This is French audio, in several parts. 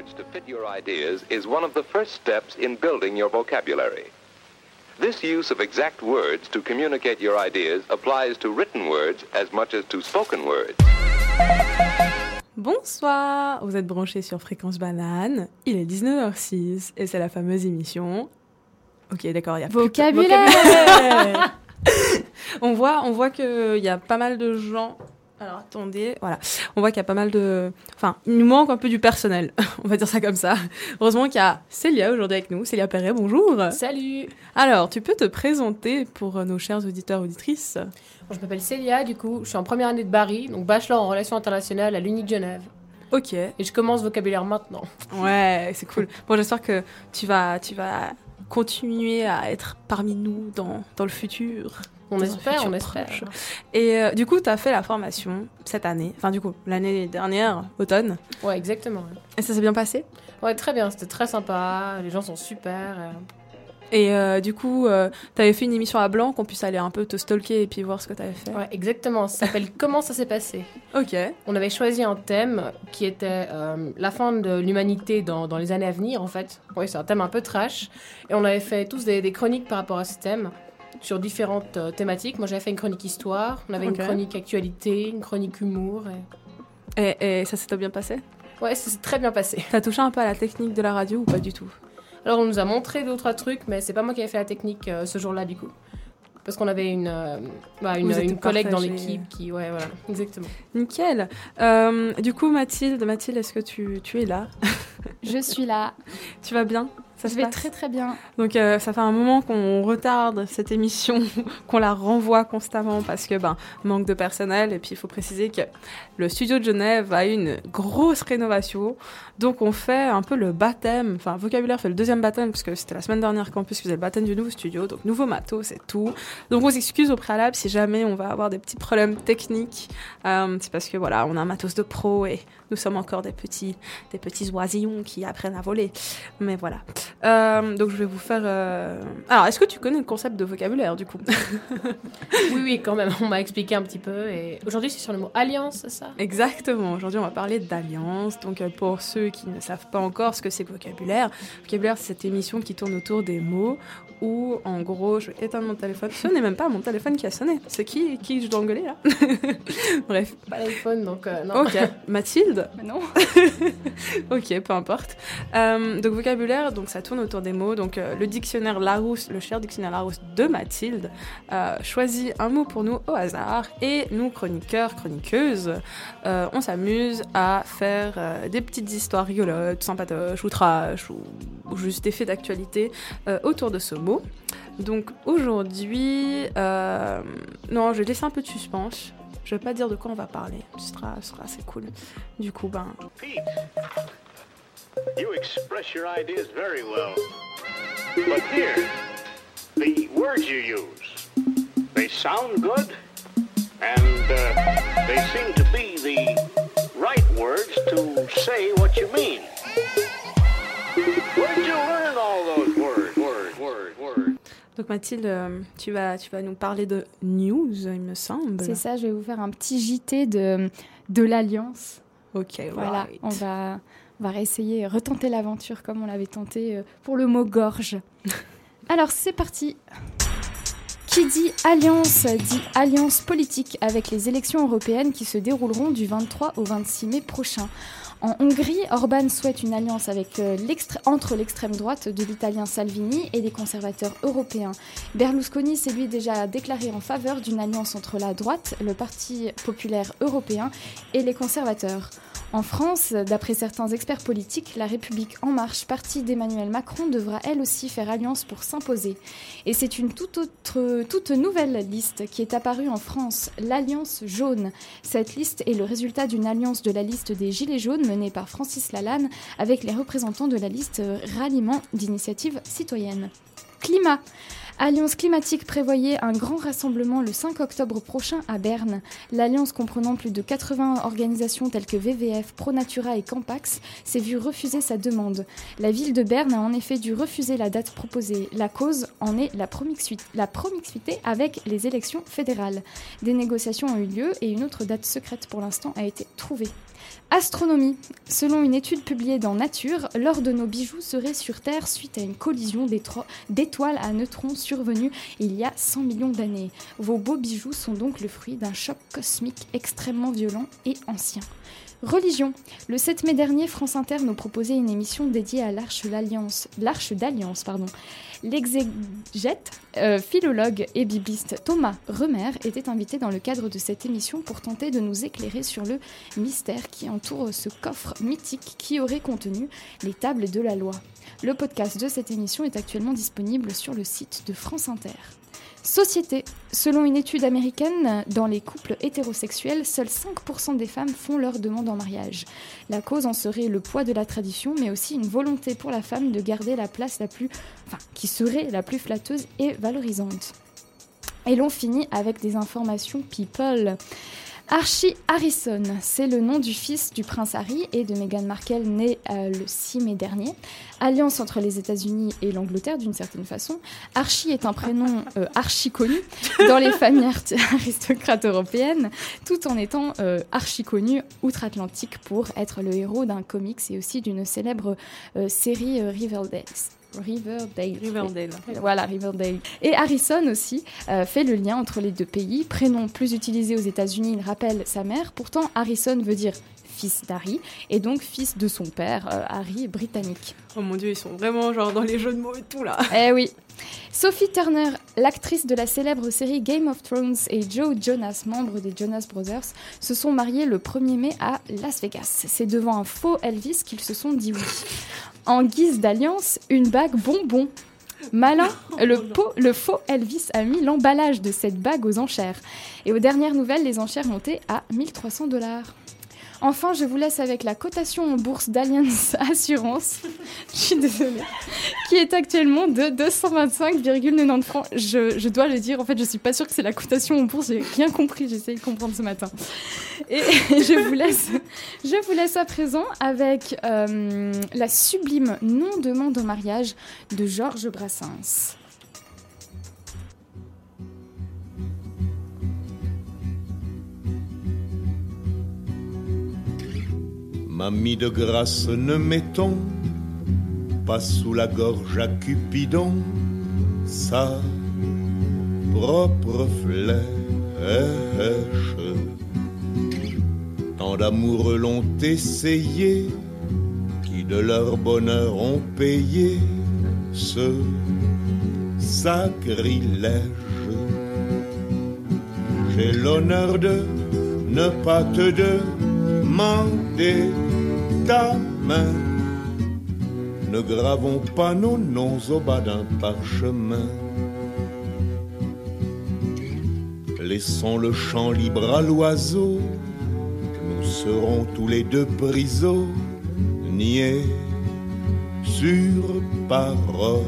words to fit your ideas is one of the first steps in building your vocabulary. This use of exact words to communicate your ideas applies to written words as much as to spoken words. Bonsoir, vous êtes branchés sur Fréquence Banane, il est 19h06 et c'est la fameuse émission... Ok, d'accord, il y a vocabulaire. On voit qu'il y a pas mal de gens... Alors attendez, voilà. On voit qu'il y a pas mal de... Enfin, il nous manque un peu du personnel, on va dire ça comme ça. Heureusement qu'il y a Célia aujourd'hui avec nous. Célia Perret, bonjour. Salut. Alors, tu peux te présenter pour nos chers auditeurs et auditrices ? Je m'appelle Célia, du coup, je suis en première année de Barry, donc bachelor en relations internationales à l'Uni de Genève. Ok. Et je commence vocabulaire maintenant. Ouais, c'est cool. Bon, j'espère que tu vas continuer à être parmi nous dans le futur. On espère. Et du coup, tu as fait la formation cette année, enfin du coup, l'année dernière, automne. Ouais, exactement. Ouais. Et ça s'est bien passé ? Ouais, très bien, c'était très sympa, les gens sont super. Et du coup, t'avais fait une émission à blanc qu'on puisse aller un peu te stalker et puis voir ce que t'avais fait. Ouais, exactement, ça s'appelle « Comment ça s'est passé ?» Ok. On avait choisi un thème qui était la fin de l'humanité dans les années à venir, en fait. Oui, c'est un thème un peu trash. Et on avait fait tous des chroniques par rapport à ce thème, sur différentes thématiques. Moi, j'avais fait une chronique histoire, on avait une chronique actualité, une chronique humour. Et ça s'était bien passé ? Ouais, ça s'est très bien passé. T'as touché un peu à la technique de la radio ou pas du tout ? Alors, on nous a montré 2 ou 3 trucs, mais c'est pas moi qui avais fait la technique ce jour-là, du coup. Parce qu'on avait une collègue dans l'équipe qui... Ouais, voilà, exactement. Nickel. Du coup, Mathilde, est-ce que tu es là ? Je suis là. Tu vas bien ? Ça se passe très très bien. Donc ça fait un moment qu'on retarde cette émission, qu'on la renvoie constamment parce que manque de personnel. Et puis il faut préciser que le studio de Genève a une grosse rénovation. Donc on fait un peu le baptême, enfin Vocabulaire fait le deuxième baptême parce que c'était la semaine dernière Campus faisait le baptême du nouveau studio. Donc nouveau matos, c'est tout. Donc on s'excuse au préalable si jamais on va avoir des petits problèmes techniques. C'est parce que voilà, on a un matos de pro et nous sommes encore des petits oisillons qui apprennent à voler. Mais voilà. Donc je vais vous faire... Alors, est-ce que tu connais le concept de vocabulaire, du coup ? Oui, quand même. On m'a expliqué un petit peu. Et aujourd'hui, c'est sur le mot alliance, c'est ça ? Exactement. Aujourd'hui, on va parler d'alliance. Donc, pour ceux qui ne savent pas encore ce que c'est que vocabulaire, vocabulaire, c'est cette émission qui tourne autour des mots où, en gros, je vais éteindre mon téléphone. Ce n'est même pas mon téléphone qui a sonné. C'est qui je dois engueuler, là ? Bref. Pas l'iPhone, donc non. Ok. Mathilde ? Non. Ok, peu importe. Donc, vocabulaire, donc ça tourne autour des mots. Donc, le dictionnaire Larousse, le cher dictionnaire Larousse de Mathilde, choisit un mot pour nous au hasard. Et nous, chroniqueurs, chroniqueuses, on s'amuse à faire des petites histoires rigolotes, sympatoches ou trash ou juste des faits d'actualité autour de ce mot. Donc, aujourd'hui, non, je vais laisser un peu de suspense. Je vais pas dire de quoi on va parler. Ce sera assez cool. Du coup, Pete, you express your ideas very well. But here, the words you use, they sound good, and they seem to be the right words to say what you mean. Where'd you learn all those words? Donc Mathilde, tu vas nous parler de news, il me semble. C'est ça, je vais vous faire un petit JT de l'Alliance. Ok, voilà. Right. On va réessayer, retenter l'aventure comme on l'avait tenté pour le mot gorge. Alors c'est parti. Qui dit alliance politique avec les élections européennes qui se dérouleront du 23 au 26 mai prochain. En Hongrie, Orban souhaite une alliance entre l'extrême droite de l'italien Salvini et des conservateurs européens. Berlusconi s'est lui déjà déclaré en faveur d'une alliance entre la droite, le Parti populaire européen et les conservateurs. En France, d'après certains experts politiques, la République En Marche, parti d'Emmanuel Macron, devra elle aussi faire alliance pour s'imposer. Et c'est une toute nouvelle liste qui est apparue en France, l'Alliance jaune. Cette liste est le résultat d'une alliance de la liste des Gilets jaunes menée par Francis Lalanne avec les représentants de la liste Ralliement d'initiatives citoyennes. Climat. Alliance climatique prévoyait un grand rassemblement le 5 octobre prochain à Berne. L'Alliance, comprenant plus de 80 organisations telles que WWF, ProNatura et Campax, s'est vue refuser sa demande. La ville de Berne a en effet dû refuser la date proposée. La cause en est la promiscuité avec les élections fédérales. Des négociations ont eu lieu et une autre date secrète pour l'instant a été trouvée. Astronomie. Selon une étude publiée dans Nature, l'or de nos bijoux serait sur Terre suite à une collision d'étoiles à neutrons survenue il y a 100 millions d'années. Vos beaux bijoux sont donc le fruit d'un choc cosmique extrêmement violent et ancien. Religion. Le 7 mai dernier, France Inter nous proposait une émission dédiée à l'Arche d'Alliance. L'exégète, philologue et bibliste Thomas Remer était invité dans le cadre de cette émission pour tenter de nous éclairer sur le mystère qui entoure ce coffre mythique qui aurait contenu les tables de la loi. Le podcast de cette émission est actuellement disponible sur le site de France Inter. Société. Selon une étude américaine, dans les couples hétérosexuels, seuls 5% des femmes font leur demande en mariage. La cause en serait le poids de la tradition, mais aussi une volonté pour la femme de garder la place qui serait la plus flatteuse et valorisante. Et l'on finit avec des informations people. Archie Harrison, c'est le nom du fils du prince Harry et de Meghan Markle, né le 6 mai dernier. Alliance entre les États-Unis et l'Angleterre, d'une certaine façon. Archie est un prénom archi connu dans les familles aristocrates européennes, tout en étant archi connu outre-Atlantique pour être le héros d'un comics et aussi d'une célèbre série Riverdale. Voilà, Riverdale. Et Harrison aussi fait le lien entre les deux pays. Prénom plus utilisé aux États-Unis, il rappelle sa mère. Pourtant, Harrison veut dire fils d'Harry et donc fils de son père, Harry britannique. Oh mon Dieu, ils sont vraiment genre dans les jeux de mots et tout là. Eh oui. Sophie Turner, l'actrice de la célèbre série Game of Thrones, et Joe Jonas, membre des Jonas Brothers, se sont mariés le 1er mai à Las Vegas. C'est devant un faux Elvis qu'ils se sont dit oui. En guise d'alliance, une bague bonbon. Malin, le faux Elvis a mis l'emballage de cette bague aux enchères. Et aux dernières nouvelles, les enchères montaient à $1 300. Enfin, je vous laisse avec la cotation en bourse d'Allianz Assurance, je suis désolée, qui est actuellement de 225,90 francs. Je dois le dire, en fait, je suis pas sûre que c'est la cotation en bourse, j'ai rien compris, j'ai essayé de comprendre ce matin. Et je vous laisse à présent avec la sublime Non-demande en mariage de Georges Brassens. Mamie de grâce, ne mettons pas sous la gorge à Cupidon sa propre flèche. Tant d'amoureux l'ont essayé, qui de leur bonheur ont payé ce sacrilège. J'ai l'honneur de ne pas te demander ta main. Ne gravons pas nos noms au bas d'un parchemin. Laissons le champ libre à l'oiseau. Nous serons tous les deux prisonniers sur parole.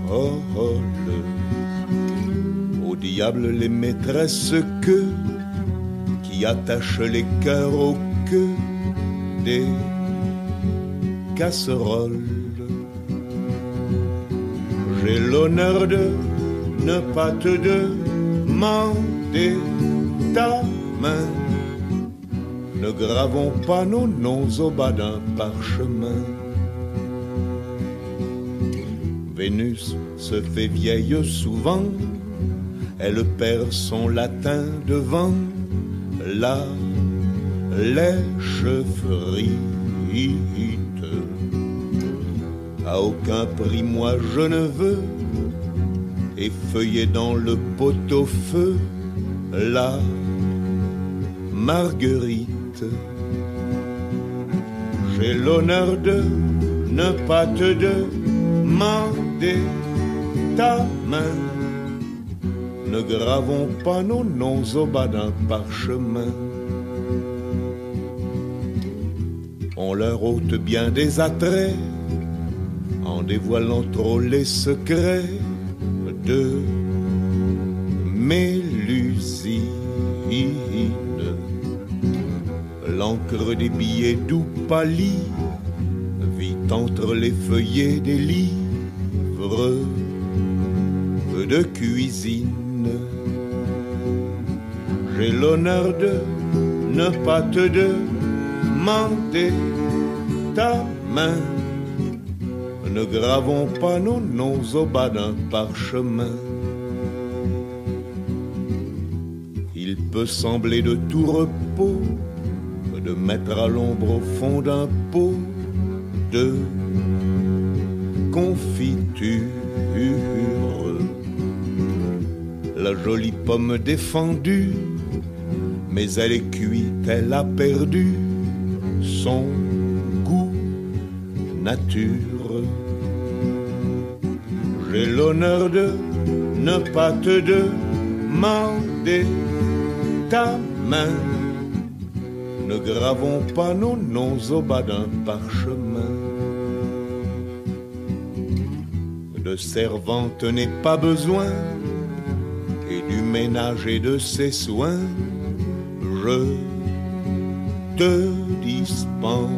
Au diable les maîtresses que qui attachent les cœurs aux queues des casseroles. J'ai l'honneur de ne pas te demander ta main. Ne gravons pas nos noms au bas d'un parchemin. Vénus se fait vieille souvent, elle perd son latin devant la lèche-frite. À aucun prix moi je ne veux effeuiller dans le pot-au-feu la marguerite. J'ai l'honneur de ne pas te demander ta main. Ne gravons pas nos noms au bas d'un parchemin. On leur ôte bien des attraits en dévoilant trop les secrets de Mélusine. L'encre des billets doux pâlit vit entre les feuillets des livres de cuisine. J'ai l'honneur de ne pas te demander ta main. Ne gravons pas nos noms au bas d'un parchemin. Il peut sembler de tout repos de mettre à l'ombre au fond d'un pot de confiture la jolie pomme défendue, mais elle est cuite, elle a perdu son goût nature. J'ai l'honneur de ne pas te demander ta main. Ne gravons pas nos noms au bas d'un parchemin. De servante n'est pas besoin, et du ménage et de ses soins, je te dispense.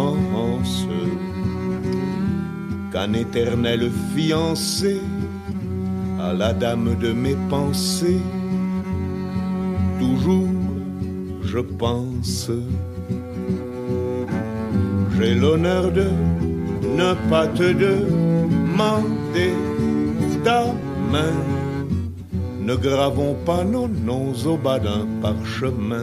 Qu'un éternel fiancé à la dame de mes pensées, toujours je pense. J'ai l'honneur de ne pas te demander ta main. Ne gravons pas nos noms au bas d'un parchemin.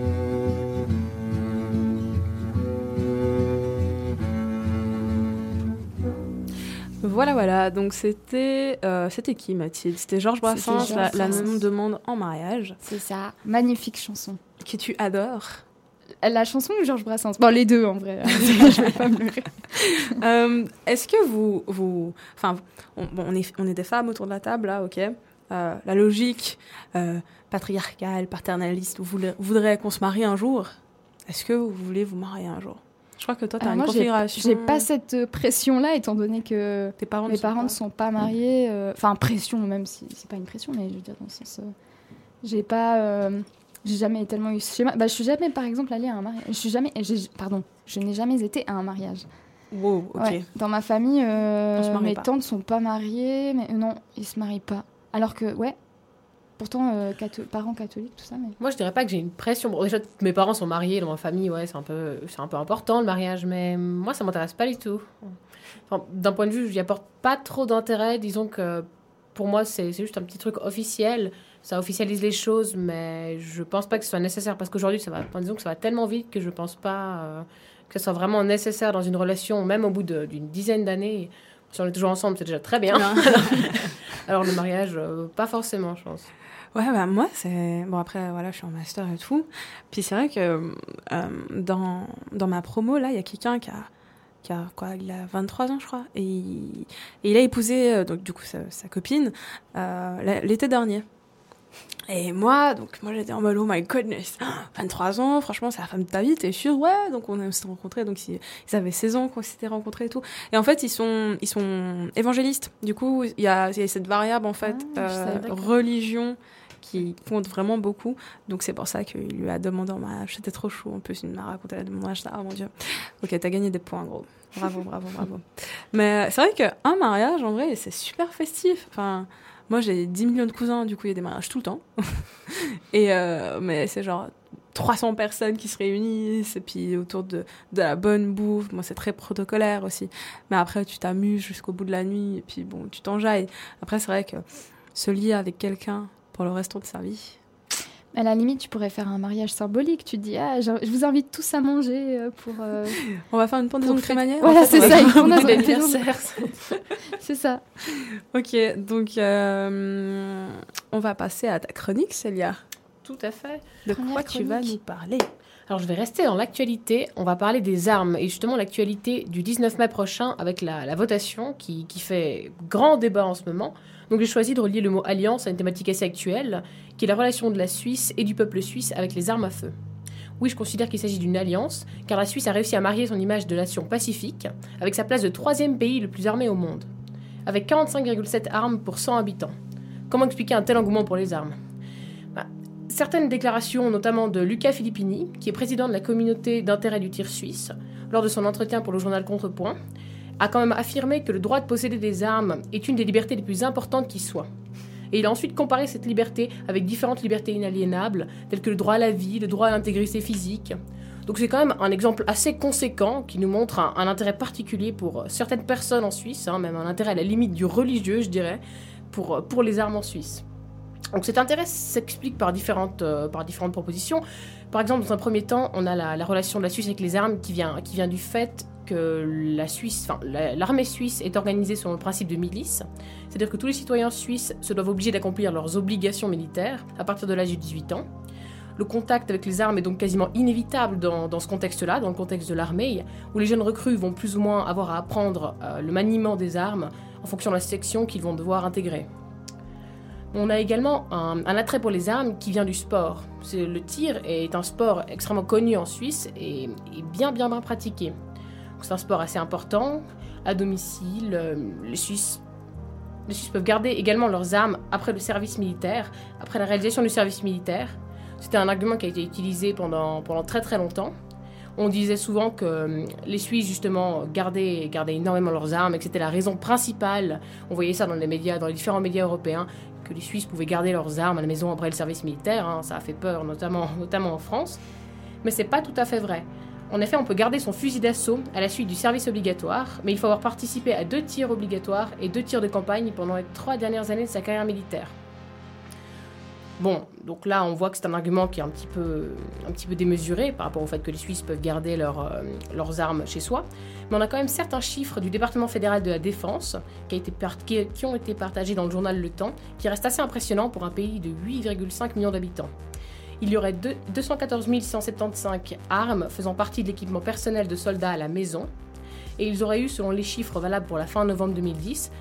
Voilà, donc c'était qui, Mathilde? C'était Georges Brassens, la me demande en mariage. C'est ça, magnifique chanson. Que tu adores. La chanson ou Georges Brassens? Bon, les deux en vrai, je vais pas me leurrer. Est-ce que vous... Enfin, on est des femmes autour de la table, là, ok. La logique patriarcale, paternaliste, voudrait qu'on se marie un jour. Est-ce que vous voulez vous marier un jour? Je crois que toi, tu as une configuration... J'ai pas cette pression-là, étant donné que mes parents ne sont pas mariés. Enfin, pression, même si c'est pas une pression, mais je veux dire, dans le sens... j'ai jamais tellement eu ce schéma. Je suis jamais, par exemple, allée à un mariage. Je n'ai jamais été à un mariage. Wow, ok. Ouais, dans ma famille, mes tantes sont pas mariées, mais non, ils se marient pas. Alors que, ouais, pourtant, parents catholiques, tout ça. Mais... Moi, je dirais pas que j'ai une pression. Bon, déjà, mes parents sont mariés dans ma famille, ouais, c'est un peu important le mariage, mais moi, ça m'intéresse pas du tout. Enfin, d'un point de vue, j'y apporte pas trop d'intérêt. Disons que pour moi, c'est juste un petit truc officiel. Ça officialise les choses, mais je pense pas que ce soit nécessaire parce qu'aujourd'hui, disons que ça va tellement vite que je pense pas que ce soit vraiment nécessaire dans une relation, même au bout d'une dizaine d'années. Si on est toujours ensemble, c'est déjà très bien. Alors le mariage, pas forcément, je pense. Ouais, moi, c'est... Bon, après, voilà, je suis en master et tout. Puis c'est vrai que dans ma promo, là, il y a quelqu'un qui a quoi, il a 23 ans, je crois. Et il a épousé, donc, du coup, sa copine l'été dernier. Et moi, j'étais en mode, oh my goodness, 23 ans, franchement, c'est la femme de ta vie, t'es sûre? Ouais, donc on s'est rencontrés, donc ils avaient 16 ans quand ils s'étaient rencontrés et tout. Et en fait, ils sont évangélistes. Du coup, il y a cette variable, en fait, religion qui compte vraiment beaucoup. Donc c'est pour ça qu'il lui a demandé en mariage. C'était trop chaud, en plus, il m'a raconté la demande en mariage. Ah mon Dieu. Ok, t'as gagné des points, gros. Bravo. Mais c'est vrai qu'un mariage, en vrai, c'est super festif. Enfin... Moi, j'ai 10 millions de cousins, du coup, il y a des mariages tout le temps. Mais c'est genre 300 personnes qui se réunissent, et puis autour de la bonne bouffe. Moi, c'est très protocolaire aussi. Mais après, tu t'amuses jusqu'au bout de la nuit, et puis bon, tu t'enjailles. Après, c'est vrai que se lier avec quelqu'un pour le restant de sa vie... À la limite, tu pourrais faire un mariage symbolique. Tu te dis, je vous invite tous à manger pour... On va faire une pendaison de crémaillère. Voilà, c'est ça. Une pendaison d'anniversaire. C'est ça. Ok, donc on va passer à ta chronique, Célia. Tout à fait. De quoi tu vas nous parler? Alors, je vais rester dans l'actualité. On va parler des armes. Et justement, l'actualité du 19 mai prochain avec la votation qui fait grand débat en ce moment. Donc, j'ai choisi de relier le mot alliance à une thématique assez actuelle, qui est la relation de la Suisse et du peuple suisse avec les armes à feu. Oui, je considère qu'il s'agit d'une alliance, car la Suisse a réussi à marier son image de nation pacifique avec sa place de 3e pays le plus armé au monde, avec 45,7 armes pour 100 habitants. Comment expliquer un tel engouement pour les armes ? Certaines déclarations, notamment de Luca Filippini, qui est président de la communauté d'intérêt du tir suisse, lors de son entretien pour le journal Contrepoint, a quand même affirmé que le droit de posséder des armes est une des libertés les plus importantes qui soit. Et il a ensuite comparé cette liberté avec différentes libertés inaliénables, telles que le droit à la vie, le droit à l'intégrité physique. Donc c'est quand même un exemple assez conséquent qui nous montre un intérêt particulier pour certaines personnes en Suisse, même un intérêt à la limite du religieux, je dirais, pour les armes en Suisse. Donc cet intérêt s'explique par différentes propositions. Par exemple, dans un premier temps, on a la relation de la Suisse avec les armes qui vient du fait que l'armée suisse est organisée selon le principe de milice. C'est-à-dire que tous les citoyens suisses se doivent obliger d'accomplir leurs obligations militaires à partir de l'âge de 18 ans. Le contact avec les armes est donc quasiment inévitable dans ce contexte-là, dans le contexte de l'armée, où les jeunes recrues vont plus ou moins avoir à apprendre le maniement des armes en fonction de la section qu'ils vont devoir intégrer. On a également un attrait pour les armes qui vient du sport. Le tir est un sport extrêmement connu en Suisse et bien pratiqué. C'est un sport assez important. À domicile, les Suisses peuvent garder également leurs armes après le service militaire, après la réalisation du service militaire. C'était un argument qui a été utilisé pendant très très longtemps. On disait souvent que les Suisses, justement, gardaient énormément leurs armes et que c'était la raison principale. On voyait ça dans les différents médias européens, que les Suisses pouvaient garder leurs armes à la maison après le service militaire. Ça a fait peur, notamment en France. Mais c'est pas tout à fait vrai. En effet, on peut garder son fusil d'assaut à la suite du service obligatoire, mais il faut avoir participé à 2 tirs obligatoires et 2 tirs de campagne pendant les 3 dernières années de sa carrière militaire. Bon, donc là, on voit que c'est un argument qui est un petit peu démesuré par rapport au fait que les Suisses peuvent garder leurs armes chez soi. Mais on a quand même certains chiffres du département fédéral de la Défense qui ont été partagés dans le journal Le Temps, qui restent assez impressionnants pour un pays de 8,5 millions d'habitants. Il y aurait 214 175 armes faisant partie de l'équipement personnel de soldats à la maison. Et ils auraient eu, selon les chiffres valables pour la fin novembre 2010,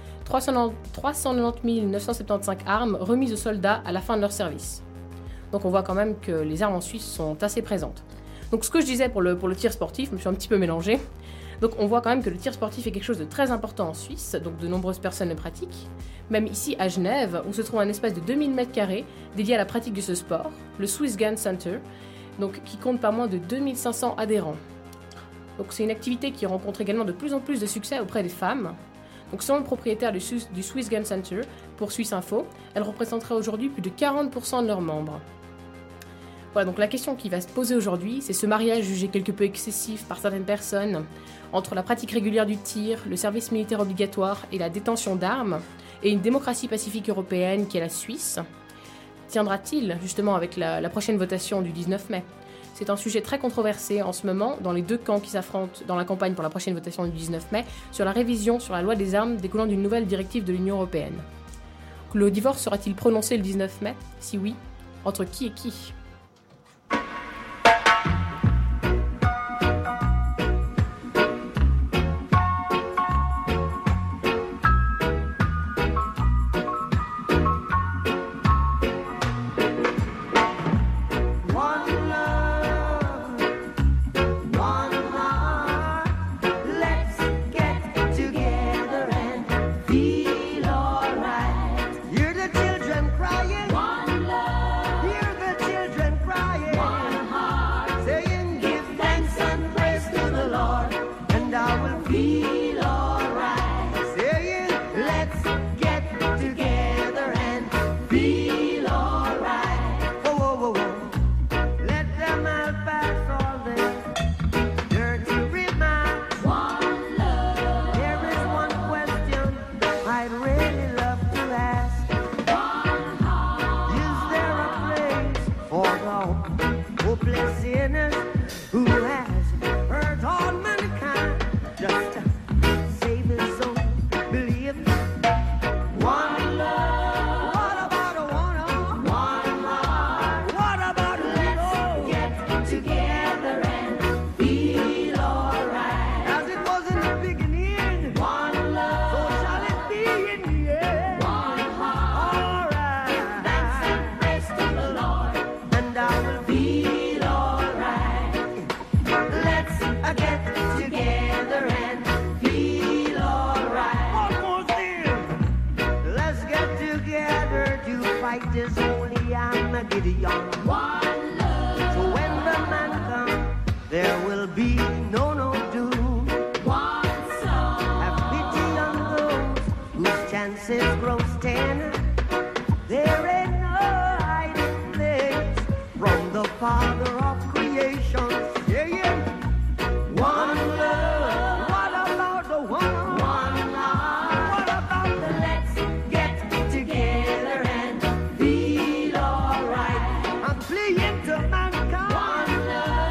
390 975 armes remises aux soldats à la fin de leur service. Donc on voit quand même que les armes en Suisse sont assez présentes. Donc ce que je disais pour le tir sportif, je me suis un petit peu mélangée. Donc on voit quand même que le tir sportif est quelque chose de très important en Suisse, donc de nombreuses personnes le pratiquent. Même ici à Genève, où se trouve un espace de 2000 m² dédié à la pratique de ce sport, le Swiss Gun Center, donc qui compte pas moins de 2500 adhérents. Donc c'est une activité qui rencontre également de plus en plus de succès auprès des femmes. Donc selon le propriétaire du Swiss Gun Center, pour Suisse Info, elle représenterait aujourd'hui plus de 40% de leurs membres. Voilà, donc la question qui va se poser aujourd'hui, c'est ce mariage jugé quelque peu excessif par certaines personnes entre la pratique régulière du tir, le service militaire obligatoire et la détention d'armes, et une démocratie pacifique européenne qui est la Suisse. Tiendra-t-il justement avec la prochaine votation du 19 mai ? C'est un sujet très controversé en ce moment dans les 2 camps qui s'affrontent dans la campagne pour la prochaine votation du 19 mai sur la révision sur la loi des armes découlant d'une nouvelle directive de l'Union européenne. Le divorce sera-t-il prononcé le 19 mai ? Si oui, entre qui et qui ? Hear the children crying. One love. Hear the children Christ is holy and Gideon. One love. So when the man comes, there will be no doom. One soul. Have pity on those whose chances grow thin. There ain't no hiding place from the Father of creation. Yeah, yeah. One love. What about the one love? What about the let's get together and feel alright? I'm fleeing to mankind. One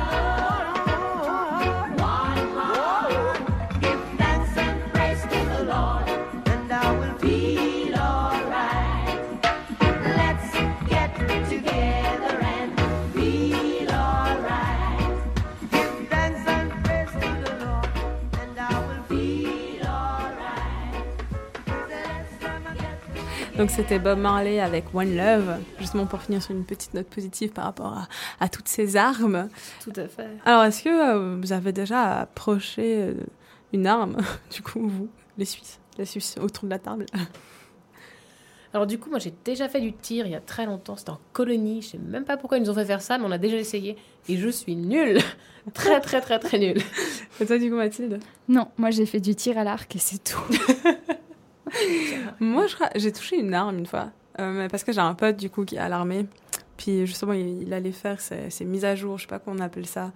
love. One heart. Give thanks and praise to the Lord, and I will feel alright. Let's get together and feel alright. Give thanks and praise to the Lord, and I will feel alright. Let's get Donc c'était Bob Marley avec One Love, justement pour finir sur une petite note positive par rapport à toutes ces armes. Tout à fait. Alors est-ce que vous avez déjà approché une arme, du coup vous, les Suisses autour de la table? Alors du coup, moi j'ai déjà fait du tir il y a très longtemps, c'était en colonie, je sais même pas pourquoi ils nous ont fait faire ça, mais on a déjà essayé et je suis nulle. Très très très très nulle. Et toi du coup Mathilde? Non, moi j'ai fait du tir à l'arc et c'est tout. Moi j'ai touché une arme une fois, mais parce que j'ai un pote du coup qui est à l'armée. Puis justement, il allait faire ses mises à jour, je sais pas comment on appelle ça,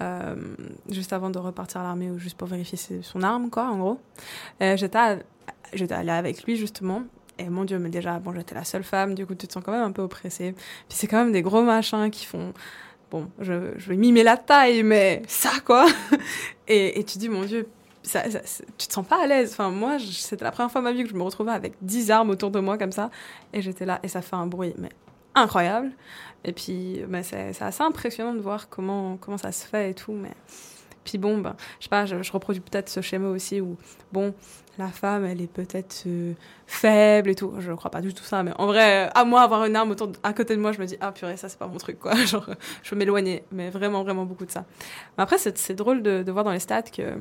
juste avant de repartir à l'armée ou juste pour vérifier son arme, quoi, en gros. J'étais allée avec lui, justement. Et mon Dieu, mais déjà, bon, j'étais la seule femme, du coup, tu te sens quand même un peu oppressée. Puis c'est quand même des gros machins qui font... Bon, je vais mimer la taille, mais ça, quoi. Et tu dis, mon Dieu, tu te sens pas à l'aise. Enfin, moi, c'était la première fois de ma vie que je me retrouvais avec 10 armes autour de moi, comme ça. Et j'étais là, et ça fait un bruit, mais incroyable. Et puis, ben, c'est assez impressionnant de voir comment ça se fait et tout, mais... Puis bon, ben, je sais pas, je reproduis peut-être ce schéma aussi où, bon, la femme, elle est peut-être faible et tout. Je crois pas du tout ça, mais en vrai, à moi, avoir une arme à côté de moi, je me dis, ah purée, ça, c'est pas mon truc, quoi. Genre, je veux m'éloigner, mais vraiment, vraiment beaucoup de ça. Mais après, c'est drôle de voir dans les stats que,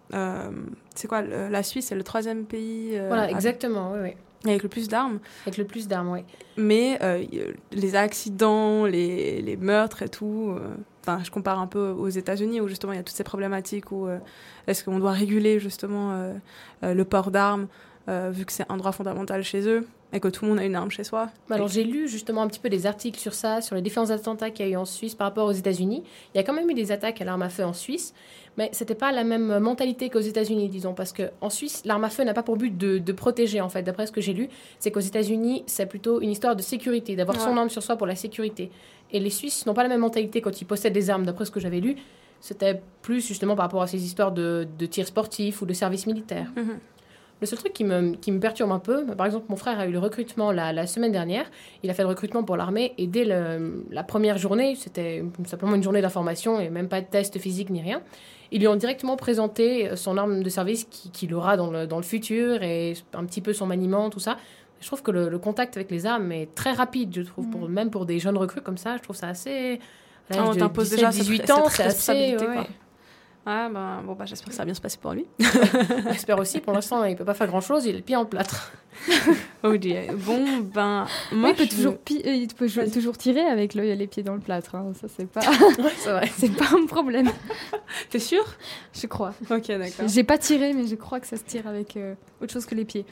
c'est quoi, la Suisse est le 3e pays... Voilà, exactement, oui. Avec le plus d'armes. Avec le plus d'armes, oui. Mais les accidents, les meurtres et tout... Enfin, je compare un peu aux États-Unis où justement il y a toutes ces problématiques où est-ce qu'on doit réguler justement le port d'armes vu que c'est un droit fondamental chez eux et que tout le monde a une arme chez soi. Alors j'ai lu justement un petit peu des articles sur ça, sur les différents attentats qu'il y a eu en Suisse par rapport aux États-Unis. Il y a quand même eu des attaques à l'arme à feu en Suisse, mais c'était pas la même mentalité qu'aux États-Unis, disons, parce que en Suisse, l'arme à feu n'a pas pour but de protéger, en fait. D'après ce que j'ai lu, c'est qu'aux États-Unis, c'est plutôt une histoire de sécurité, d'avoir son arme sur soi pour la sécurité. Et les Suisses n'ont pas la même mentalité quand ils possèdent des armes, d'après ce que j'avais lu. C'était plus justement par rapport à ces histoires de tir sportif ou de service militaire. Mm-hmm. Le seul truc qui me perturbe un peu, par exemple, mon frère a eu le recrutement la semaine dernière. Il a fait le recrutement pour l'armée et dès la première journée, c'était simplement une journée d'information et même pas de test physique ni rien. Ils lui ont directement présenté son arme de service qu'il aura dans le futur et un petit peu son maniement, tout ça. Je trouve que le contact avec les armes est très rapide, je trouve, même pour des jeunes recrues comme ça. Je trouve ça assez... À l'âge de 17-18 ans, c'est assez... Quoi. Ouais, bon, j'espère que ça va bien se passer pour lui. J'espère aussi. Pour l'instant, il peut pas faire grand-chose. Il est le pied en plâtre. Oh dear. Bon, moi, il peut toujours tirer avec les pieds dans le plâtre. Hein. Ça, c'est pas... c'est vrai. C'est pas un problème. T'es sûre? Je crois. Ok, d'accord. J'ai pas tiré, mais je crois que ça se tire avec autre chose que les pieds.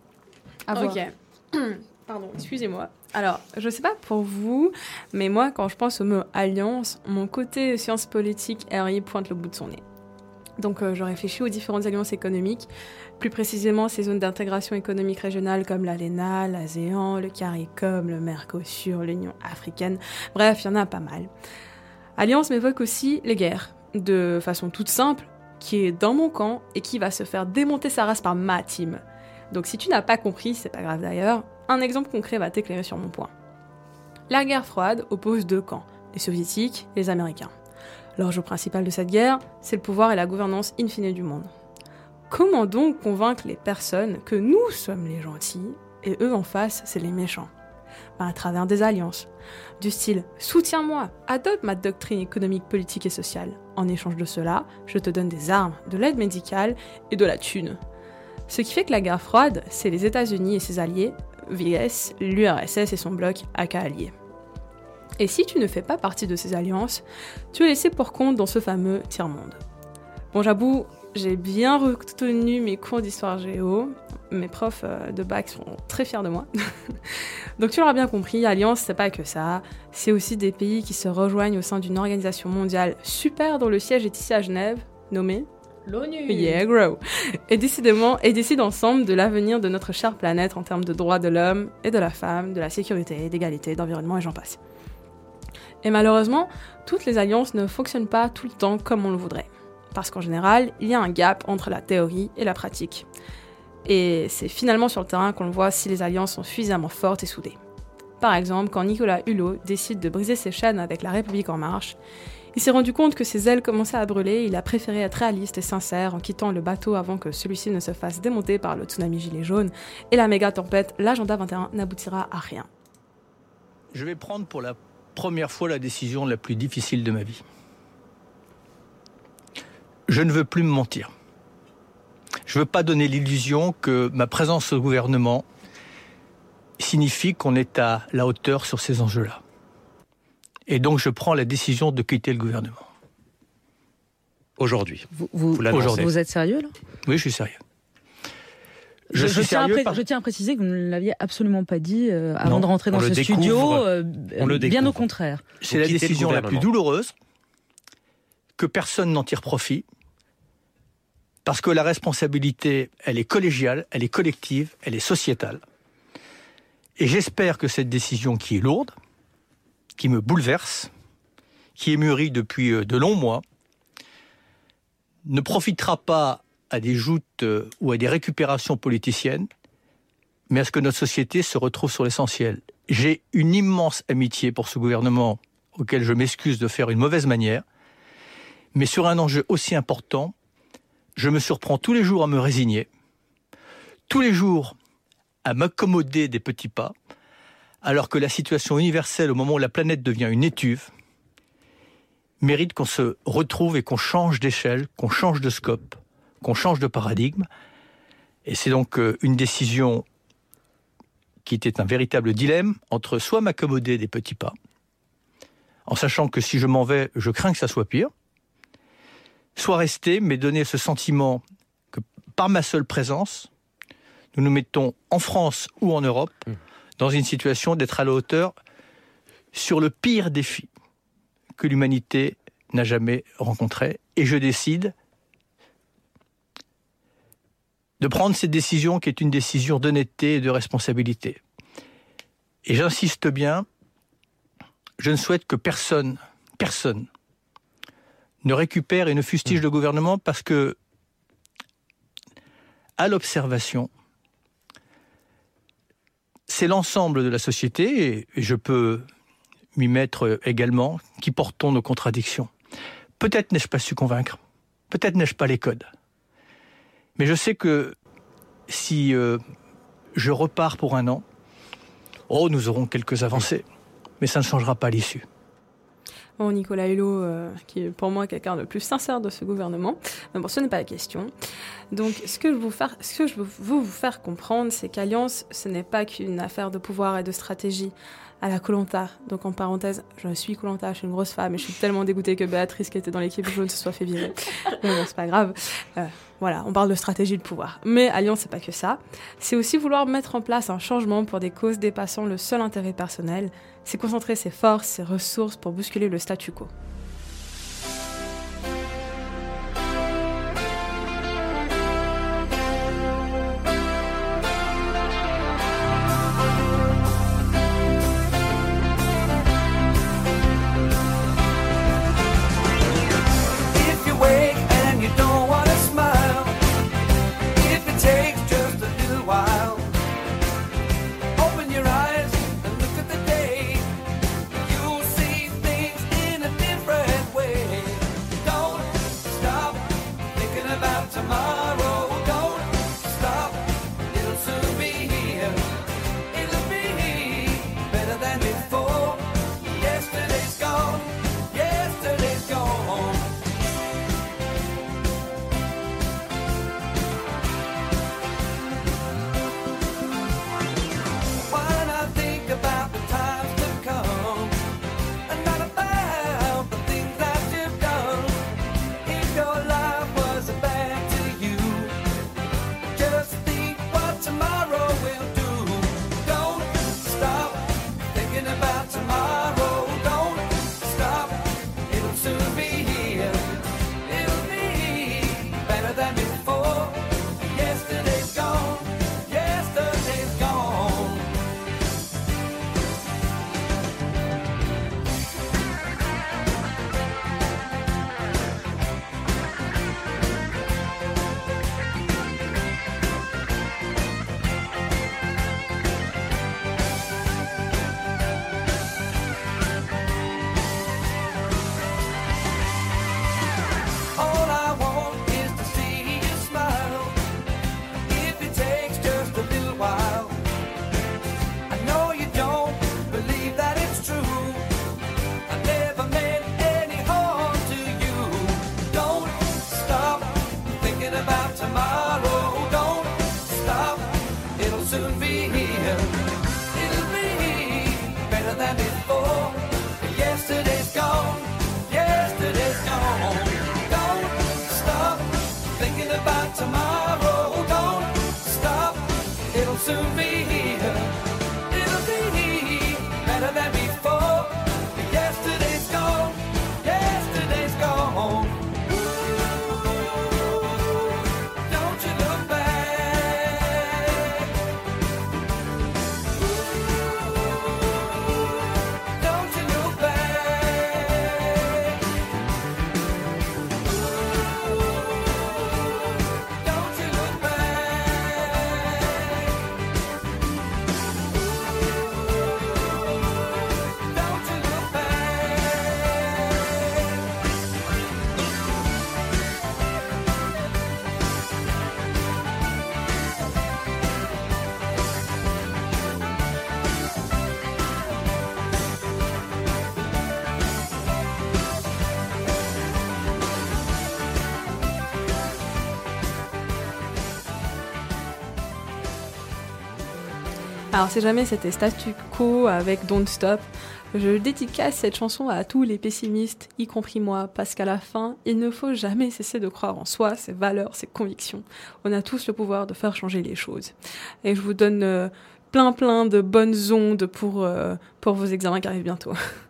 À voir. Ok. Pardon, excusez-moi. Alors, je sais pas pour vous, mais moi, quand je pense au mot alliance, mon côté sciences politiques RI pointe le bout de son nez. Donc, je réfléchis aux différentes alliances économiques, plus précisément ces zones d'intégration économique régionale comme l'ALENA, l'ASEAN, le CARICOM, le Mercosur, l'Union africaine. Bref, il y en a pas mal. Alliance m'évoque aussi les guerres, de façon toute simple, qui est dans mon camp et qui va se faire démonter sa race par ma team. Donc si tu n'as pas compris, c'est pas grave d'ailleurs, un exemple concret va t'éclairer sur mon point. La guerre froide oppose deux camps, les soviétiques et les américains. L'enjeu principal de cette guerre, c'est le pouvoir et la gouvernance in fine du monde. Comment donc convaincre les personnes que nous sommes les gentils et eux en face, c'est les méchants ? À travers des alliances, du style « Soutiens-moi, adopte ma doctrine économique, politique et sociale. En échange de cela, je te donne des armes, de l'aide médicale et de la thune. » Ce qui fait que la guerre froide, c'est les États-Unis et ses alliés vs l'URSS et son bloc aka allié. Et si tu ne fais pas partie de ces alliances, tu es laissé pour compte dans ce fameux tiers-monde. Bon, j'avoue, j'ai bien retenu mes cours d'histoire géo, mes profs de bac sont très fiers de moi. Donc tu l'auras bien compris, alliance, c'est pas que ça, c'est aussi des pays qui se rejoignent au sein d'une organisation mondiale super dont le siège est ici à Genève, nommée L'ONU. Yeah, grow. Et décident ensemble de l'avenir de notre chère planète en termes de droits de l'homme et de la femme, de la sécurité, d'égalité, d'environnement et j'en passe. Et malheureusement, toutes les alliances ne fonctionnent pas tout le temps comme on le voudrait. Parce qu'en général, il y a un gap entre la théorie et la pratique. Et c'est finalement sur le terrain qu'on le voit si les alliances sont suffisamment fortes et soudées. Par exemple, quand Nicolas Hulot décide de briser ses chaînes avec La République En Marche, il s'est rendu compte que ses ailes commençaient à brûler et il a préféré être réaliste et sincère en quittant le bateau avant que celui-ci ne se fasse démonter par le tsunami gilet jaune et la méga tempête, l'agenda 21 n'aboutira à rien. Je vais prendre pour la première fois la décision la plus difficile de ma vie. Je ne veux plus me mentir. Je ne veux pas donner l'illusion que ma présence au gouvernement signifie qu'on est à la hauteur sur ces enjeux-là. Et donc je prends la décision de quitter le gouvernement. Aujourd'hui. Aujourd'hui. Vous êtes sérieux là ? Oui, je suis sérieux. Je tiens à préciser que vous ne l'aviez absolument pas dit avant de rentrer dans ce studio. Bien au contraire. C'est la décision la plus douloureuse, que personne n'en tire profit, parce que la responsabilité, elle est collégiale, elle est collective, elle est sociétale. Et j'espère que cette décision qui est lourde, qui me bouleverse, qui est mûrie depuis de longs mois, ne profitera pas à des joutes ou à des récupérations politiciennes, mais à ce que notre société se retrouve sur l'essentiel. J'ai une immense amitié pour ce gouvernement, auquel je m'excuse de faire une mauvaise manière, mais sur un enjeu aussi important, je me surprends tous les jours à me résigner, tous les jours à m'accommoder des petits pas, alors que la situation universelle, au moment où la planète devient une étuve, mérite qu'on se retrouve et qu'on change d'échelle, qu'on change de scope, qu'on change de paradigme. Et c'est donc une décision qui était un véritable dilemme entre soit m'accommoder des petits pas, en sachant que si je m'en vais, je crains que ça soit pire, soit rester, mais donner ce sentiment que par ma seule présence, nous nous mettons en France ou en Europe dans une situation d'être à la hauteur sur le pire défi que l'humanité n'a jamais rencontré. Et je décide de prendre cette décision qui est une décision d'honnêteté et de responsabilité. Et j'insiste bien, je ne souhaite que personne ne récupère et ne fustige le gouvernement parce que, à l'observation, c'est l'ensemble de la société, et je peux m'y mettre également, qui portons nos contradictions. Peut-être n'ai-je pas su convaincre, peut-être n'ai-je pas les codes. Mais je sais que si je repars pour un an, nous aurons quelques avancées, mais ça ne changera pas l'issue. Bon, Nicolas Hulot, qui est pour moi quelqu'un de plus sincère de ce gouvernement. Mais bon, ce n'est pas la question. Donc, ce que je veux vous faire comprendre, c'est qu'Alliance, ce n'est pas qu'une affaire de pouvoir et de stratégie à la Koh-Lanta. Donc, en parenthèse, je suis Koh-Lanta, je suis une grosse femme et je suis tellement dégoûtée que Béatrice, qui était dans l'équipe jaune, se soit fait virer. Mais bon, c'est pas grave. Voilà, on parle de stratégie de pouvoir. Mais Alliance, c'est pas que ça. C'est aussi vouloir mettre en place un changement pour des causes dépassant le seul intérêt personnel. C'est concentrer ses forces, ses ressources pour bousculer le statu quo. Different will soon be here. It'll be better than before. Yesterday's gone, yesterday's gone. Don't you look back. Don't you look back. Don't you look back. Don't you look Alors si jamais c'était statu quo avec Don't Stop, je dédicace cette chanson à tous les pessimistes, y compris moi, parce qu'à la fin, il ne faut jamais cesser de croire en soi, ses valeurs, ses convictions. On a tous le pouvoir de faire changer les choses. Et je vous donne plein de bonnes ondes pour vos examens qui arrivent bientôt.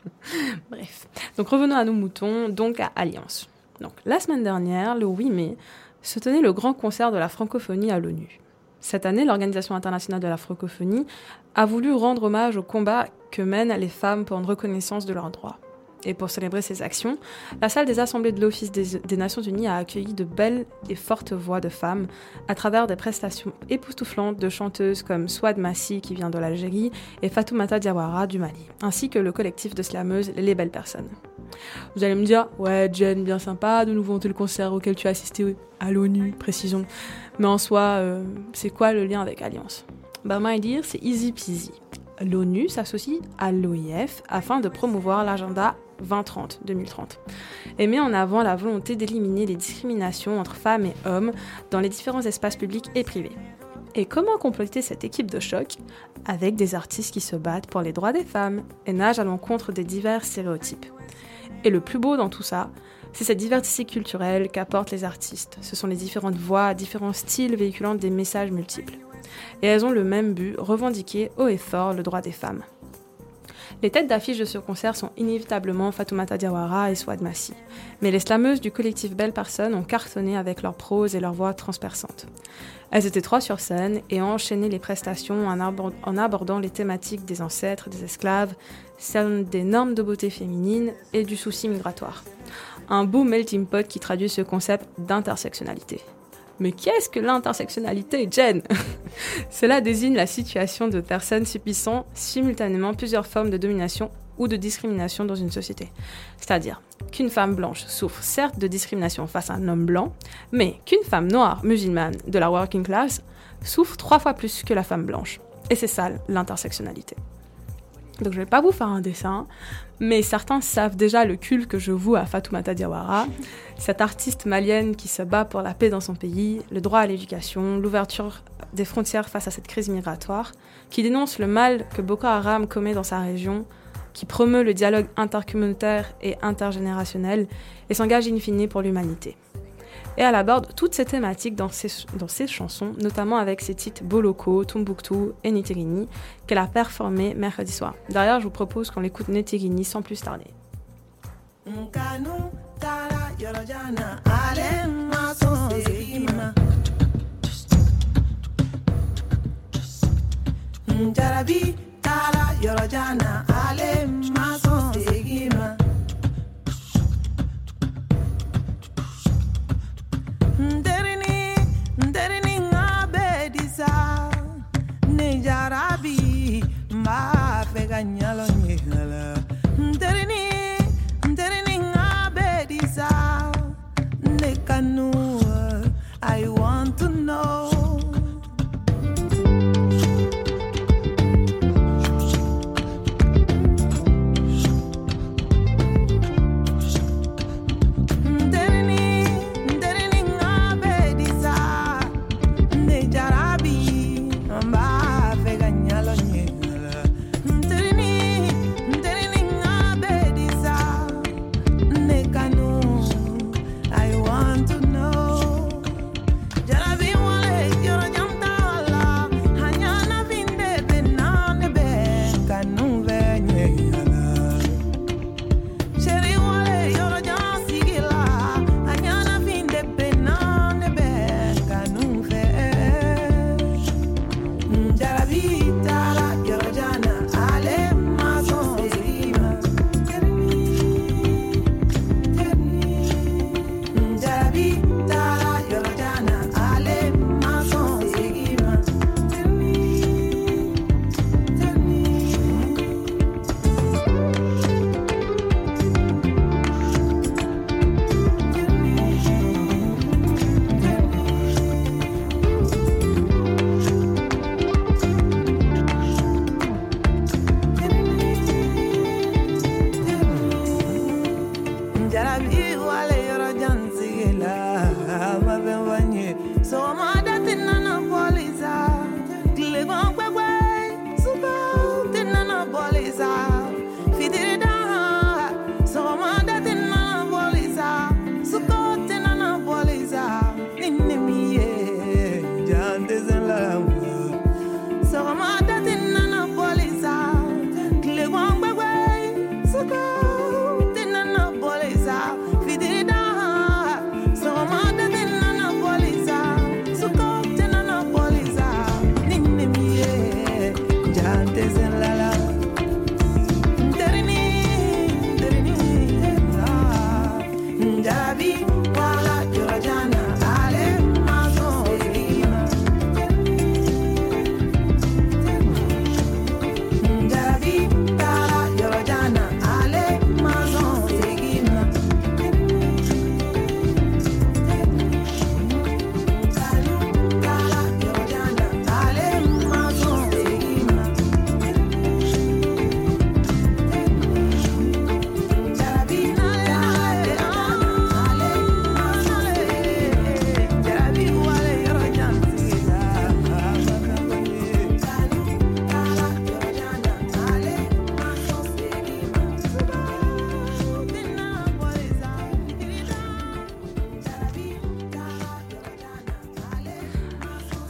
Bref. Donc revenons à nos moutons, donc à Alliance. Donc la semaine dernière, le 8 mai, se tenait le grand concert de la francophonie à l'ONU. Cette année, l'Organisation internationale de la francophonie a voulu rendre hommage au combat que mènent les femmes pour une reconnaissance de leurs droits. Et pour célébrer ces actions, la salle des assemblées de l'Office des Nations Unies a accueilli de belles et fortes voix de femmes à travers des prestations époustouflantes de chanteuses comme Souad Massi qui vient de l'Algérie et Fatoumata Diawara du Mali, ainsi que le collectif de slameuses Les Belles Personnes. Vous allez me dire, ouais Jen, bien sympa de nous vanter le concert auquel tu as assisté à l'ONU, précisons. Mais en soi, c'est quoi le lien avec Alliance ? Bah, my dear, c'est easy peasy. L'ONU s'associe à l'OIF afin de promouvoir l'agenda 2030 et met en avant la volonté d'éliminer les discriminations entre femmes et hommes dans les différents espaces publics et privés. Et comment compléter cette équipe de choc ? Avec des artistes qui se battent pour les droits des femmes et nagent à l'encontre des divers stéréotypes. Et le plus beau dans tout ça, c'est cette diversité culturelle qu'apportent les artistes. Ce sont les différentes voix, différents styles véhiculant des messages multiples. Et elles ont le même but, revendiquer haut et fort le droit des femmes. Les têtes d'affiche de ce concert sont inévitablement Fatoumata Diawara et Souad Massi. Mais les slameuses du collectif Belles Personnes ont cartonné avec leur prose et leur voix transperçantes. Elles étaient 3 sur scène et ont enchaîné les prestations en abordant les thématiques des ancêtres, des esclaves, celles des normes de beauté féminine et du souci migratoire. Un beau melting pot qui traduit ce concept d'intersectionnalité. Mais qu'est-ce que l'intersectionnalité, Jen ? Cela désigne la situation de personnes subissant simultanément plusieurs formes de domination ou de discrimination dans une société. C'est-à-dire qu'une femme blanche souffre certes de discrimination face à un homme blanc, mais qu'une femme noire, musulmane, de la working class, souffre 3 fois plus que la femme blanche. Et c'est ça, l'intersectionnalité. Donc je ne vais pas vous faire un dessin, mais certains savent déjà le culte que je voue à Fatoumata Diawara, cette artiste malienne qui se bat pour la paix dans son pays, le droit à l'éducation, l'ouverture des frontières face à cette crise migratoire, qui dénonce le mal que Boko Haram commet dans sa région, qui promeut le dialogue intercommunautaire et intergénérationnel et s'engage in fine pour l'humanité. Et elle aborde toutes ces thématiques dans ses chansons, notamment avec ses titres Boloko, Tombouctou et Nitirini, qu'elle a performé mercredi soir. D'ailleurs, je vous propose qu'on l'écoute Nitirini sans plus tarder. Jarabi, ma fega nyalo nyala. Nderini ngabedisa. Nekanu, I want to know. I want to know.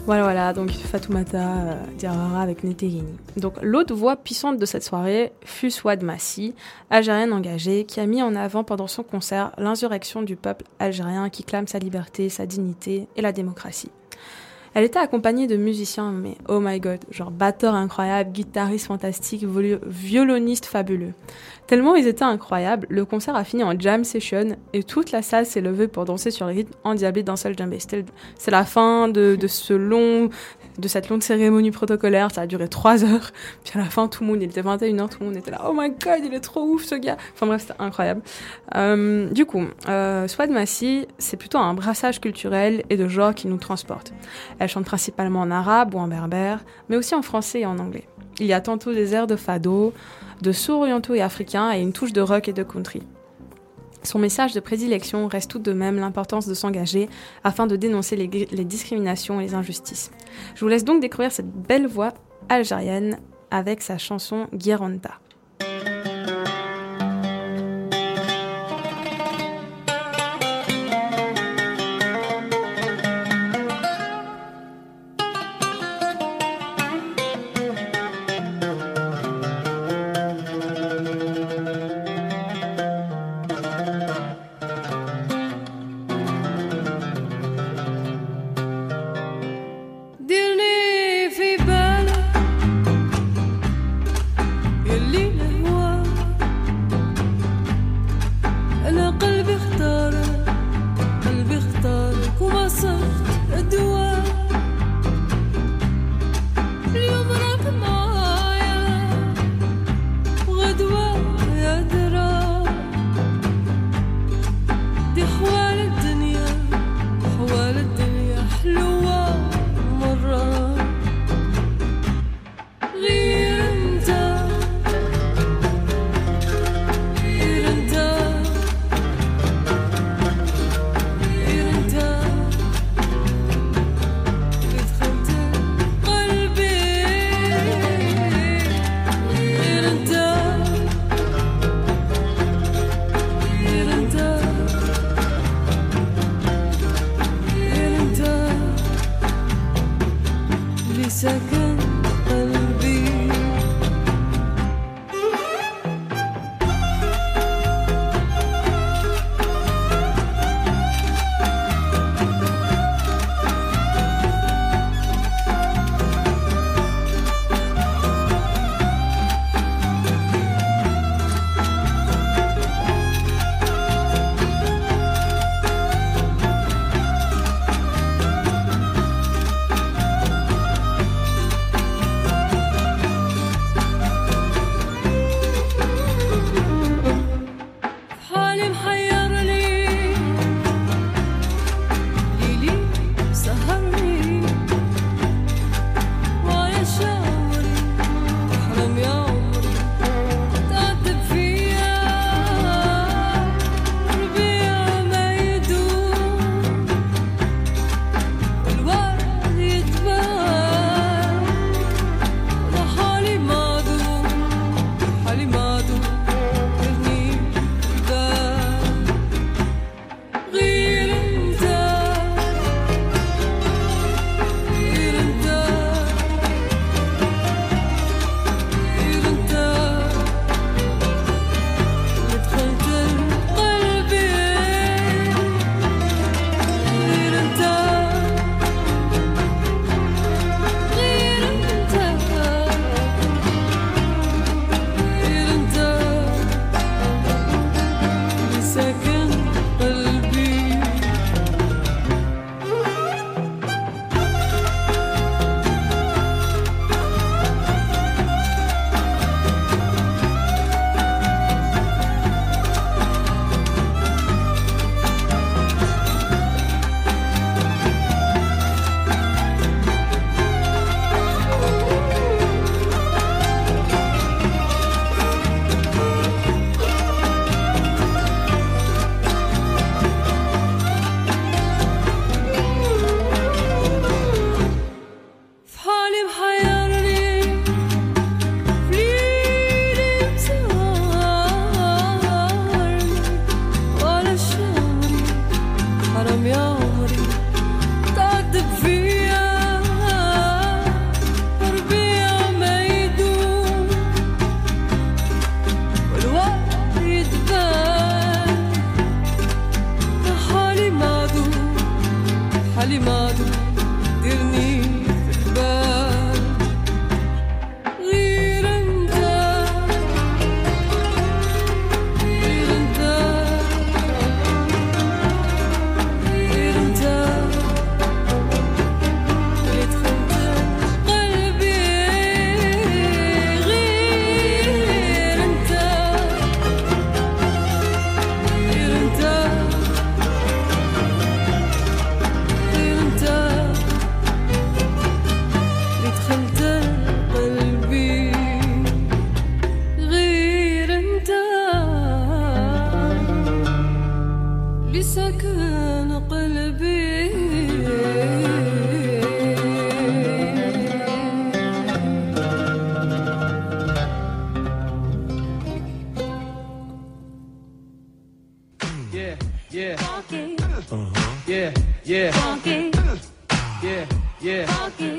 Voilà, donc Fatoumata Diawara avec Neterini. Donc l'autre voix puissante de cette soirée fut Souad Massi, algérienne engagée, qui a mis en avant pendant son concert l'insurrection du peuple algérien qui clame sa liberté, sa dignité et la démocratie. Elle était accompagnée de musiciens, mais oh my god, genre batteur incroyable, guitariste fantastique, violoniste fabuleux. Tellement ils étaient incroyables, le concert a fini en jam session et toute la salle s'est levée pour danser sur le rythme endiablé d'un seul djembé. C'est la fin de cette longue cérémonie protocolaire, ça a duré 3 heures. Puis à la fin, tout le monde, il était 21h, tout le monde était là, oh my god, il est trop ouf ce gars. Enfin bref, c'était incroyable. Du coup, Souad Massi, c'est plutôt un brassage culturel et de genre qui nous transporte. Elle chante principalement en arabe ou en berbère, mais aussi en français et en anglais. Il y a tantôt des airs de fado, de soul orientaux et africains et une touche de rock et de country. Son message de prédilection reste tout de même l'importance de s'engager afin de dénoncer les discriminations et les injustices. Je vous laisse donc découvrir cette belle voix algérienne avec sa chanson Gueranta.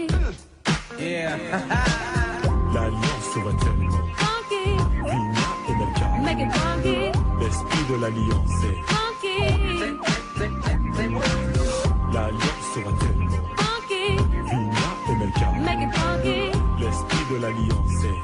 Yeah. L'alliance va tellement. Vina et Melka. L'esprit de l'alliance est. L'alliance va tellement. Vina et Melka. L'esprit de l'alliance est.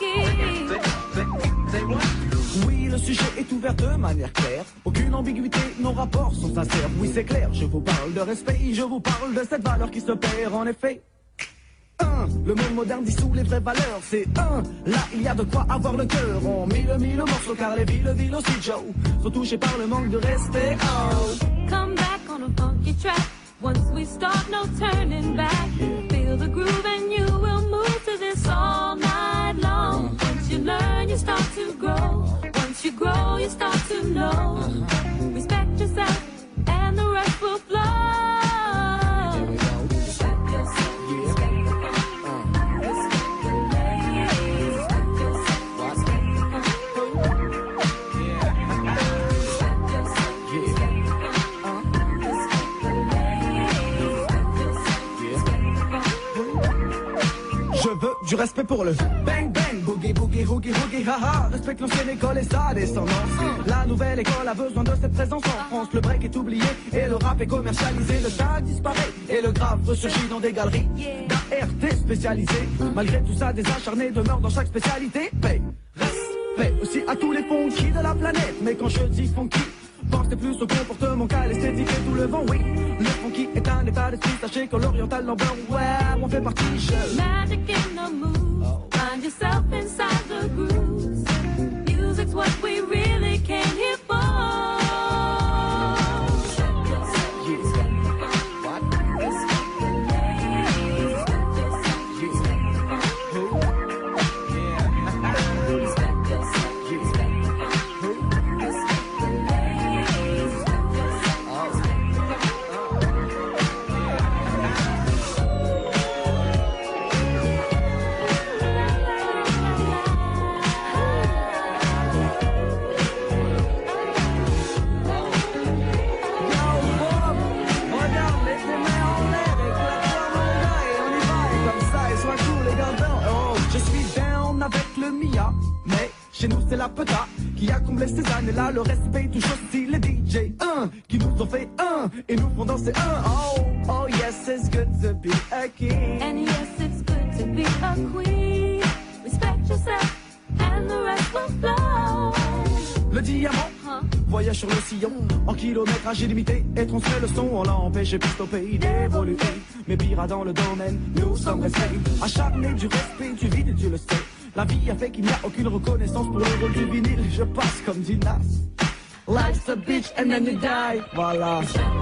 Oui, le sujet est ouvert de manière claire. Aucune ambiguïté, nos rapports sont sincères. Oui, c'est clair, je vous parle de respect, je vous parle de cette valeur qui se perd en effet. Le monde moderne dissout les vraies valeurs, c'est là il y a de quoi avoir le cœur. On mille morceaux car les villes aussi Joe sont touchés par le manque de respect. Come back on a funky track. Once we start, no turning back. Feel the groove and you will move to this all night long. Once you learn, you start to grow. Once you grow, you start to know. Respect yourself and the rest will flow. Je veux du respect pour le bang bang, boogie boogie hoogie hoogie haha. Respecte l'ancienne école et sa descendance. La nouvelle école a besoin de cette présence en France. Le break est oublié et le rap est commercialisé. Le tag disparaît et le grave ressurgit dans des galeries d'ART spécialisées. Malgré tout ça, des acharnés demeurent dans chaque spécialité. Paix, respect aussi à tous les funky de la planète. Mais quand je dis funky, pensez plus au comportement qu'à l'esthétique et tout le vent, oui. Le funky est un état d'esprit, sachez que l'oriental number, ouais, on fait partie. Magic in the moves, find yourself inside the grooves. Music's what we really came here for. Chez nous c'est la peta qui a comblé ces années-là. Le respect touche aussi les DJ qui nous ont fait et nous font danser oh yes it's good to be a king. And yes it's good to be a queen. Respect yourself and the rest will flow. Le diamant voyage sur le sillon en kilométrage illimité et transmet le son. On l'a empêché plus au pays d'évoluer. Mais pire dans le domaine, nous sommes restés acharnés du respect du vide, Dieu le sait. La vie a fait qu'il n'y a aucune reconnaissance pour le rôle du vinyle. Je passe comme dit Nas. Life's a bitch and then you die. Voilà.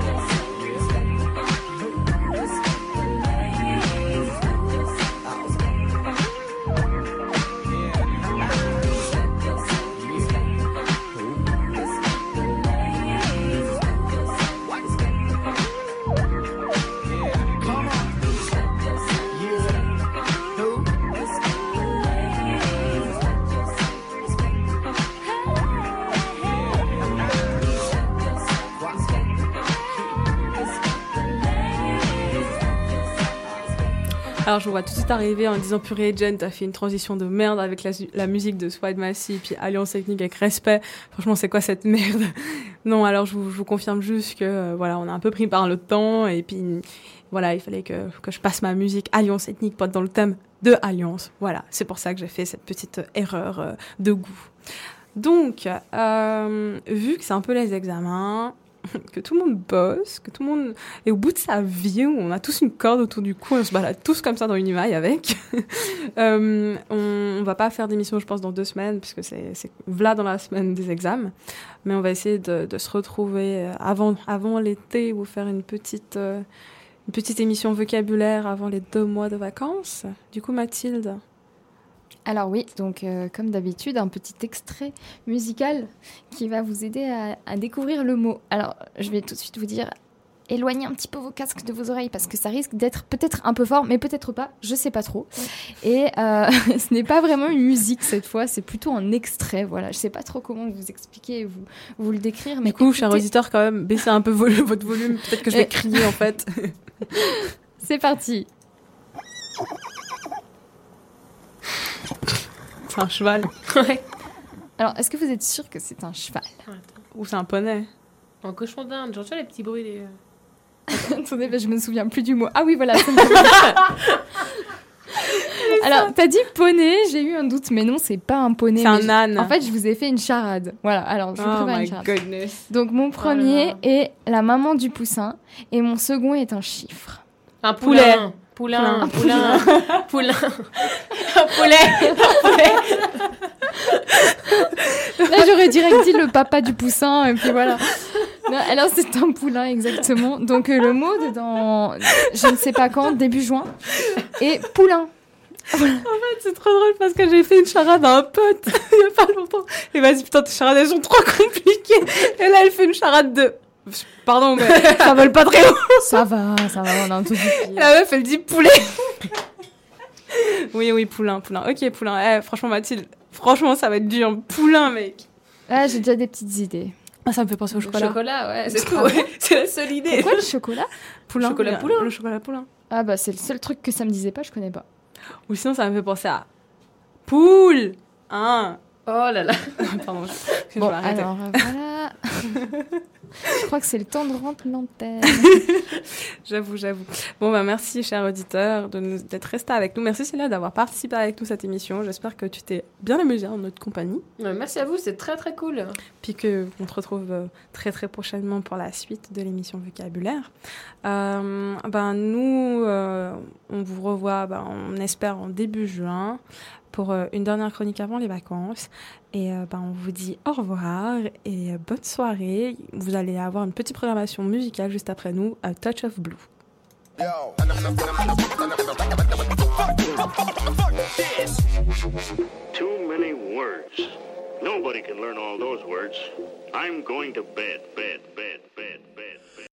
Alors je vous vois tout de suite arriver en disant purée Jen, t'as fait une transition de merde avec la musique de Swide Massey puis Alliance Ethnique avec respect. Franchement c'est quoi cette merde? Non, alors je vous confirme juste que voilà, on a un peu pris par le temps et puis voilà, il fallait que je passe ma musique Alliance Ethnique pour être dans le thème de Alliance. Voilà, c'est pour ça que j'ai fait cette petite erreur de goût. Donc, vu que c'est un peu les examens, que tout le monde bosse, que tout le monde est au bout de sa vie, où on a tous une corde autour du cou, on se balade tous comme ça dans une imaille avec. On va pas faire d'émission, je pense, dans 2 semaines, puisque c'est là dans la semaine des examens. Mais on va essayer de se retrouver avant l'été, ou faire une petite émission vocabulaire avant les 2 mois de vacances. Du coup, Mathilde. Alors oui, donc comme d'habitude, un petit extrait musical qui va vous aider à découvrir le mot. Alors, je vais tout de suite vous dire, éloignez un petit peu vos casques de vos oreilles parce que ça risque d'être peut-être un peu fort, mais peut-être pas, je sais pas trop. Et ce n'est pas vraiment une musique cette fois, c'est plutôt un extrait, voilà. Je sais pas trop comment vous expliquer et vous le décrire. Mais du coup, cher auditeur, quand même, baissez un peu votre volume, peut-être que je vais crier en fait. C'est parti. C'est un cheval. Ouais. Alors, est-ce que vous êtes sûr que c'est un cheval? Ou c'est un poney? Un cochon d'Inde, genre tu vois les petits bruits des... Attendez, je me souviens plus du mot. Ah oui, voilà. Alors, t'as dit poney, j'ai eu un doute, mais non, c'est pas un poney. C'est un âne. En fait, je vous ai fait une charade. Voilà, alors je vous prépare une charade. Goodness. Donc, mon premier est la maman du poussin et mon second est un chiffre. Un poulet. Poulain. Un poulet. Là, j'aurais direct dit le papa du poussin, et puis voilà. Non, alors, c'est un poulain, exactement. Donc, le mot de dans je ne sais pas quand, début juin, est poulain. Voilà. En fait, c'est trop drôle parce que j'ai fait une charade à un pote il y a pas longtemps. Et vas-y, putain, tes charades, elles sont trop compliquées. Et là, elle fait une charade de... Pardon, mais ça vole pas très haut. Ça va, on a un tout petit. La meuf, elle dit poulet. Oui, poulain. Ok, poulain. Franchement, Mathilde, ça va être dur. Poulain, mec. Ah, j'ai déjà des petites idées. Ah, ça me fait penser au chocolat. Le chocolat, ouais, c'est tout. Ouais. C'est la seule idée. C'est quoi le chocolat? Poulain. Chocolat poulain. Le chocolat poulain. Ah bah, c'est le seul truc que ça me disait pas, je connais pas. Ou sinon, ça me fait penser à poule. Hein. Oh là là. Pardon. Bon, alors, voilà. Je crois que c'est le temps de rendre l'antenne. J'avoue. Bon, merci, chers auditeurs, d'être restés avec nous. Merci, Célia, d'avoir participé avec nous à cette émission. J'espère que tu t'es bien amusée en notre compagnie. Merci à vous, c'est très très cool. Puis qu'on te retrouve très très prochainement pour la suite de l'émission Vocabulaire. Nous, on vous revoit, on espère, en début juin pour une dernière chronique avant les vacances. Et on vous dit au revoir et bonne soirée. Vous allez avoir une petite programmation musicale juste après nous, A Touch of Blue. Too many words. Nobody can learn all those words. I'm going to bed.